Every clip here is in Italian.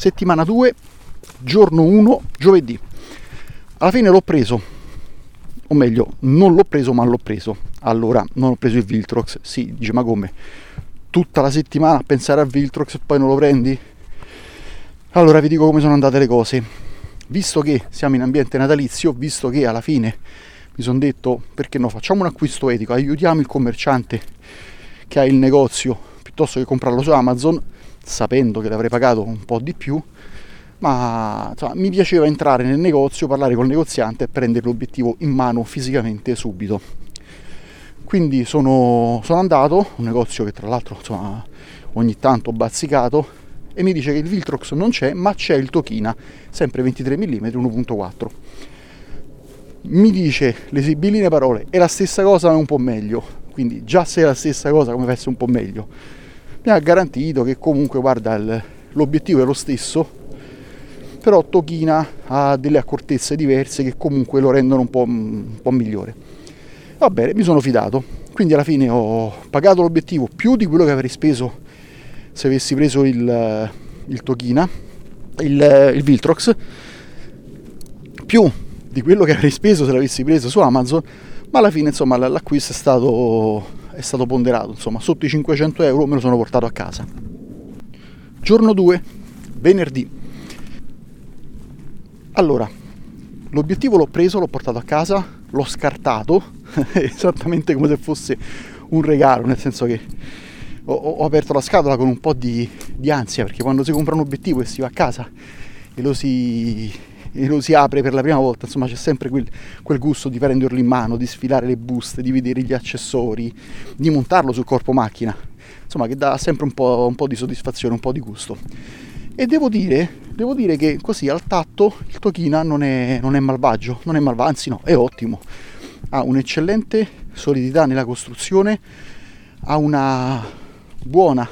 settimana 2, giorno 1, giovedì. Alla fine l'ho preso, o meglio, non l'ho preso ma l'ho preso. Allora, non ho preso il Viltrox. Sì, dice, ma come? Tutta la settimana a pensare a Viltrox e poi non lo prendi? Allora vi dico come sono andate le cose. Visto che siamo in ambiente natalizio, visto che alla fine mi sono detto, perché no, facciamo un acquisto etico, aiutiamo il commerciante che ha il negozio piuttosto che comprarlo su Amazon, sapendo che l'avrei pagato un po' di più, ma insomma, mi piaceva entrare nel negozio, parlare col negoziante e prendere l'obiettivo in mano fisicamente subito. Quindi sono andato, un negozio che tra l'altro insomma, ogni tanto ho bazzicato, e mi dice che il Viltrox non c'è, ma c'è il Tokina, sempre 23 mm 1.4. Mi dice le sibilline parole, è la stessa cosa ma un po' meglio, quindi già se è la stessa cosa come fa a essere un po' meglio. Mi ha garantito che comunque guarda l'obiettivo è lo stesso, però Tokina ha delle accortezze diverse che comunque lo rendono un po' migliore. Va bene, mi sono fidato, quindi alla fine ho pagato l'obiettivo più di quello che avrei speso se avessi preso il Tokina, il Viltrox, più di quello che avrei speso se l'avessi preso su Amazon, ma alla fine insomma l'acquisto è stato ponderato, insomma sotto i 500 euro me lo sono portato a casa. Giorno 2, venerdì. Allora, l'obiettivo l'ho preso, l'ho portato a casa, l'ho scartato, esattamente come se fosse un regalo, nel senso che ho aperto la scatola con un po' di ansia, perché quando si compra un obiettivo e si va a casa e lo si apre per la prima volta, insomma c'è sempre quel gusto di prenderlo in mano, di sfilare le buste, di vedere gli accessori, di montarlo sul corpo macchina, insomma che dà sempre un po' di soddisfazione, un po' di gusto. E devo dire che così al tatto il Tokina non è malvagio, anzi no, è ottimo. Ha un'eccellente solidità nella costruzione, ha una buona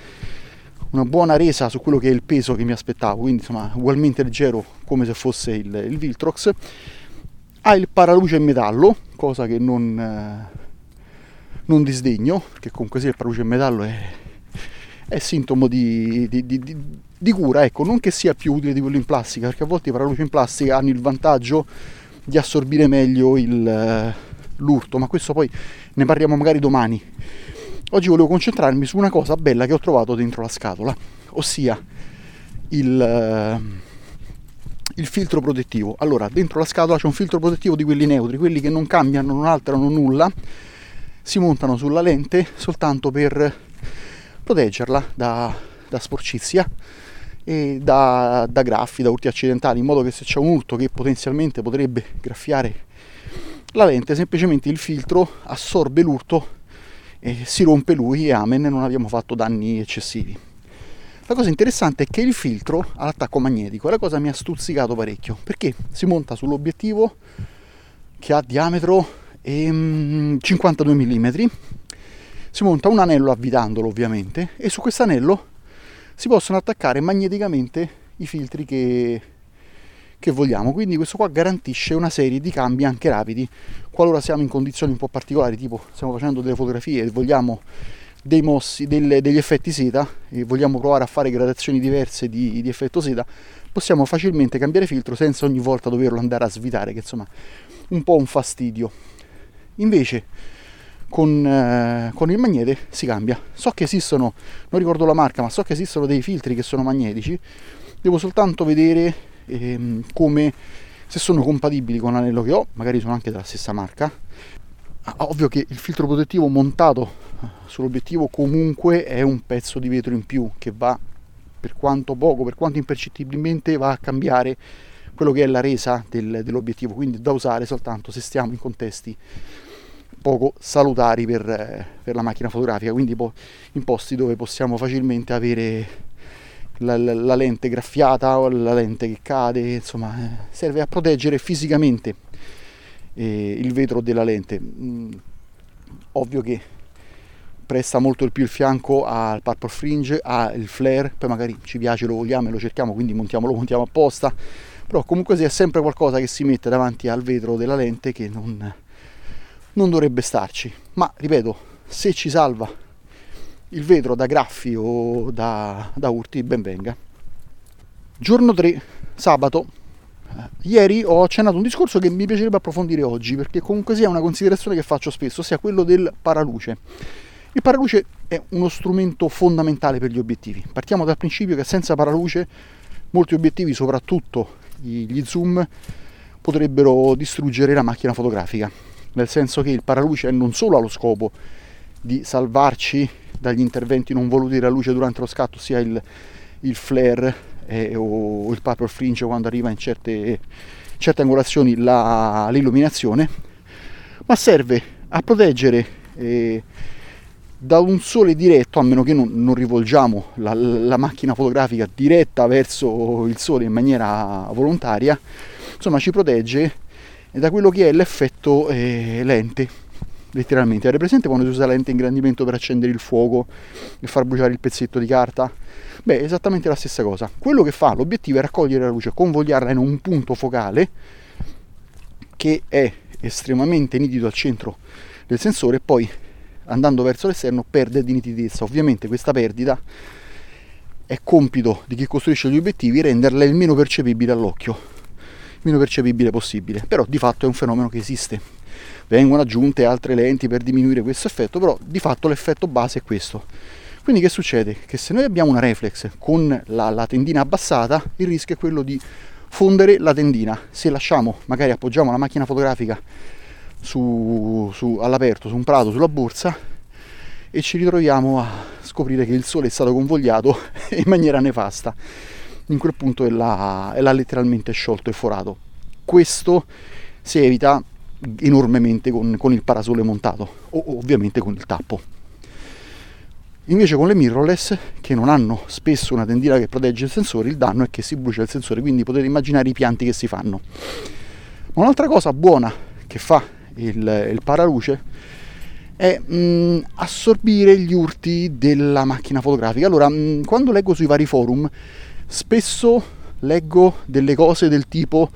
resa su quello che è il peso che mi aspettavo, quindi insomma ugualmente leggero come se fosse il Viltrox. Ha il paraluce in metallo, cosa che non disdegno, perché comunque sia il paraluce in metallo è sintomo di cura, ecco, non che sia più utile di quello in plastica, perché a volte i paraluci in plastica hanno il vantaggio di assorbire meglio l'urto, ma questo poi ne parliamo magari domani. Oggi volevo concentrarmi su una cosa bella che ho trovato dentro la scatola, ossia il filtro protettivo. Allora, dentro la scatola c'è un filtro protettivo di quelli neutri, quelli che non cambiano, non alterano nulla, si montano sulla lente soltanto per proteggerla da sporcizia e da graffi, da urti accidentali, in modo che se c'è un urto che potenzialmente potrebbe graffiare la lente, semplicemente il filtro assorbe l'urto e si rompe lui e amen, non abbiamo fatto danni eccessivi. La cosa interessante è che il filtro ha l'attacco magnetico, e la cosa mi ha stuzzicato parecchio, perché si monta sull'obiettivo che ha diametro 52 mm, si monta un anello avvitandolo ovviamente, e su questo anello si possono attaccare magneticamente i filtri che vogliamo, quindi questo qua garantisce una serie di cambi anche rapidi qualora siamo in condizioni un po' particolari, tipo stiamo facendo delle fotografie e vogliamo degli effetti seta e vogliamo provare a fare gradazioni diverse di effetto seta, possiamo facilmente cambiare filtro senza ogni volta doverlo andare a svitare, che insomma un po' un fastidio. Invece con il magnete si cambia. So che esistono, non ricordo la marca, ma so che esistono dei filtri che sono magnetici, devo soltanto vedere come, se sono compatibili con l'anello che ho, magari sono anche della stessa marca. Ovvio che il filtro protettivo montato sull'obiettivo comunque è un pezzo di vetro in più che va, per quanto poco, per quanto impercettibilmente, va a cambiare quello che è la resa dell'obiettivo, quindi da usare soltanto se stiamo in contesti poco salutari per la macchina fotografica, quindi in posti dove possiamo facilmente avere la lente graffiata o la lente che cade, insomma serve a proteggere fisicamente il vetro della lente. Ovvio che presta molto di più il fianco al purple fringe, al flare, poi magari ci piace, lo vogliamo e lo cerchiamo, quindi lo montiamo apposta, però comunque sia sempre qualcosa che si mette davanti al vetro della lente che non dovrebbe starci, ma ripeto, se ci salva il vetro da graffi o da urti, ben venga. Giorno 3, sabato. Ieri ho accennato un discorso che mi piacerebbe approfondire oggi, perché comunque sia una considerazione che faccio spesso, ossia quello del paraluce. Il paraluce è uno strumento fondamentale per gli obiettivi. Partiamo dal principio che senza paraluce molti obiettivi, soprattutto gli zoom, potrebbero distruggere la macchina fotografica, nel senso che il paraluce non solo ha lo scopo di salvarci dagli interventi non voluti della luce durante lo scatto, sia il flare o il purple fringe quando arriva in certe angolazioni l'illuminazione, ma serve a proteggere da un sole diretto, a meno che non rivolgiamo la macchina fotografica diretta verso il sole in maniera volontaria. Insomma, ci protegge da quello che è l'effetto lente, letteralmente. Avete presente quando si usa la lente ingrandimento per accendere il fuoco e far bruciare il pezzetto di carta? Beh, è esattamente la stessa cosa. Quello che fa l'obiettivo è raccogliere la luce, convogliarla in un punto focale che è estremamente nitido al centro del sensore, e poi andando verso l'esterno perde di nitidezza. Ovviamente questa perdita è compito di chi costruisce gli obiettivi renderla il meno percepibile all'occhio, il meno percepibile possibile, però di fatto è un fenomeno che esiste. Vengono aggiunte altre lenti per diminuire questo effetto, però di fatto l'effetto base è questo. Quindi che succede? Che se noi abbiamo una reflex con la tendina abbassata, il rischio è quello di fondere la tendina. Se lasciamo, magari appoggiamo la macchina fotografica all'aperto, su un prato, sulla borsa, e ci ritroviamo a scoprire che il sole è stato convogliato in maniera nefasta. In quel punto è l'ha letteralmente sciolto e forato. Questo si evita enormemente con il parasole montato, o ovviamente con il tappo. Invece con le mirrorless, che non hanno spesso una tendina che protegge il sensore, il danno è che si brucia il sensore, quindi potete immaginare i pianti che si fanno. Ma un'altra cosa buona che fa il paraluce è assorbire gli urti della macchina fotografica. Allora, quando leggo sui vari forum, spesso leggo delle cose del tipo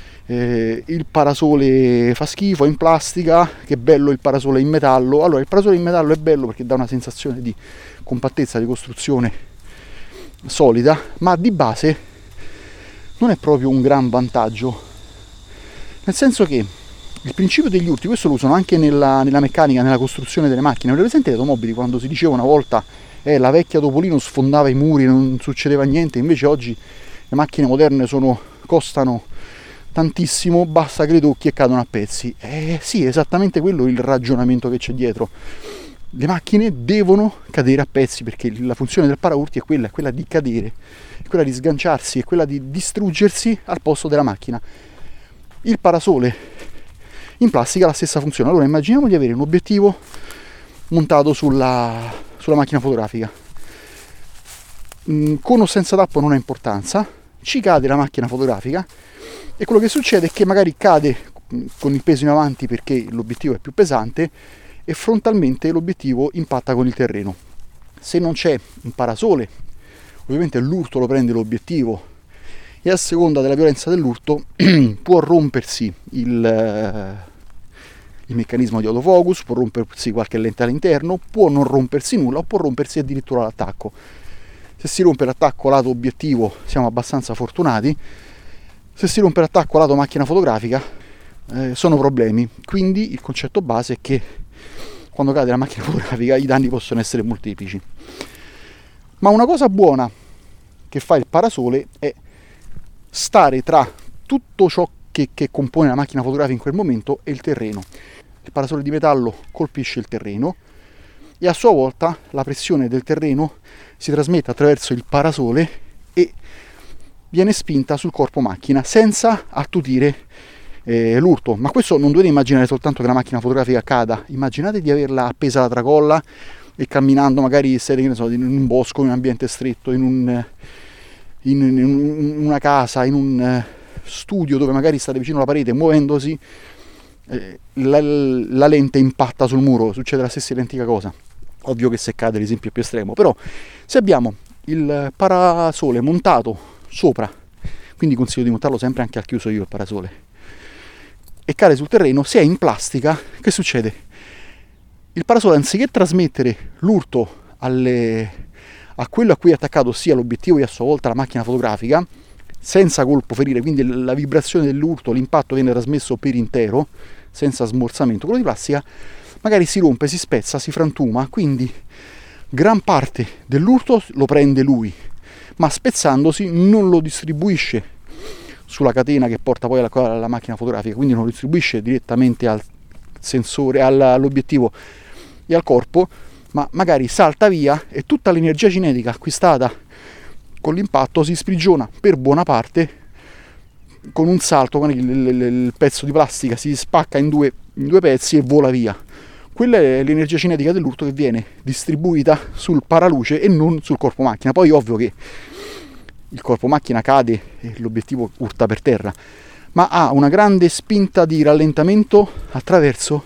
il parasole fa schifo, è in plastica, che bello il parasole in metallo. Allora, il parasole in metallo è bello perché dà una sensazione di compattezza, di costruzione solida, ma di base non è proprio un gran vantaggio, nel senso che il principio degli urti, questo lo usano anche nella meccanica, nella costruzione delle macchine. Avete presente le automobili quando si diceva una volta la vecchia Topolino sfondava i muri, non succedeva niente? Invece oggi le macchine moderne costano tantissimo, basta che le tocchi e cadono a pezzi. Sì, è esattamente quello il ragionamento che c'è dietro. Le macchine devono cadere a pezzi perché la funzione del paraurti è quella di cadere, è quella di sganciarsi, è quella di distruggersi al posto della macchina. Il parasole in plastica ha la stessa funzione. Allora immaginiamo di avere un obiettivo montato sulla macchina fotografica, con o senza tappo non ha importanza, ci cade la macchina fotografica e quello che succede è che magari cade con il peso in avanti perché l'obiettivo è più pesante e frontalmente l'obiettivo impatta con il terreno. Se non c'è un parasole, ovviamente l'urto lo prende l'obiettivo e a seconda della violenza dell'urto può rompersi il meccanismo di autofocus, può rompersi qualche lente all'interno, può non rompersi nulla o può rompersi addirittura l'attacco. Se si rompe l'attacco lato obiettivo siamo abbastanza fortunati, se si rompe l'attacco lato macchina fotografica sono problemi. Quindi il concetto base è che quando cade la macchina fotografica i danni possono essere molteplici. Ma una cosa buona che fa il parasole è stare tra tutto ciò che compone la macchina fotografica in quel momento e il terreno. Il parasole di metallo colpisce il terreno e a sua volta la pressione del terreno si trasmette attraverso il parasole e viene spinta sul corpo macchina senza attutire l'urto. Ma questo non dovete immaginare soltanto che la macchina fotografica cada, immaginate di averla appesa alla tracolla e camminando magari siete, in un bosco, in un ambiente stretto, in una casa, in un studio dove magari state vicino alla parete, muovendosi la lente impatta sul muro, succede la stessa identica cosa. Ovvio che se cade l'esempio è più estremo, però se abbiamo il parasole montato sopra, quindi consiglio di montarlo sempre anche al chiuso io il parasole, e cade sul terreno, se è in plastica, che succede? Il parasole, anziché trasmettere l'urto a quello a cui è attaccato, ossia l'obiettivo e a sua volta la macchina fotografica, senza colpo ferire, quindi la vibrazione dell'urto, l'impatto viene trasmesso per intero, senza smorzamento. Quello di plastica magari si rompe, si spezza, si frantuma, quindi gran parte dell'urto lo prende lui, ma spezzandosi non lo distribuisce sulla catena che porta poi alla macchina fotografica, quindi non lo distribuisce direttamente al sensore, all'obiettivo e al corpo, ma magari salta via e tutta l'energia cinetica acquistata con l'impatto si sprigiona per buona parte con un salto, con il pezzo di plastica si spacca in due pezzi e vola via. Quella è l'energia cinetica dell'urto che viene distribuita sul paraluce e non sul corpo macchina. Poi ovvio che il corpo macchina cade e l'obiettivo urta per terra, ma ha una grande spinta di rallentamento attraverso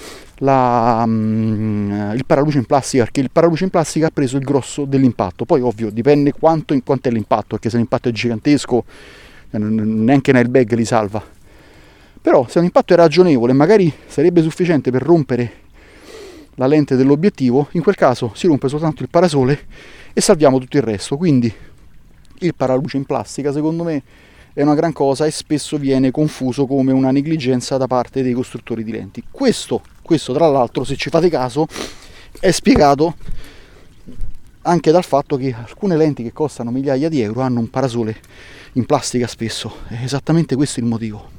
il paraluce in plastica, perché il paraluce in plastica ha preso il grosso dell'impatto. Poi ovvio dipende quanto è l'impatto, perché se l'impatto è gigantesco neanche un airbag li salva, però se l'impatto è ragionevole magari sarebbe sufficiente per rompere la lente dell'obiettivo, in quel caso si rompe soltanto il parasole e salviamo tutto il resto. Quindi il paraluce in plastica secondo me è una gran cosa e spesso viene confuso come una negligenza da parte dei costruttori di lenti. Questo tra l'altro, se ci fate caso, è spiegato anche dal fatto che alcune lenti che costano migliaia di euro hanno un parasole in plastica spesso. È esattamente questo il motivo.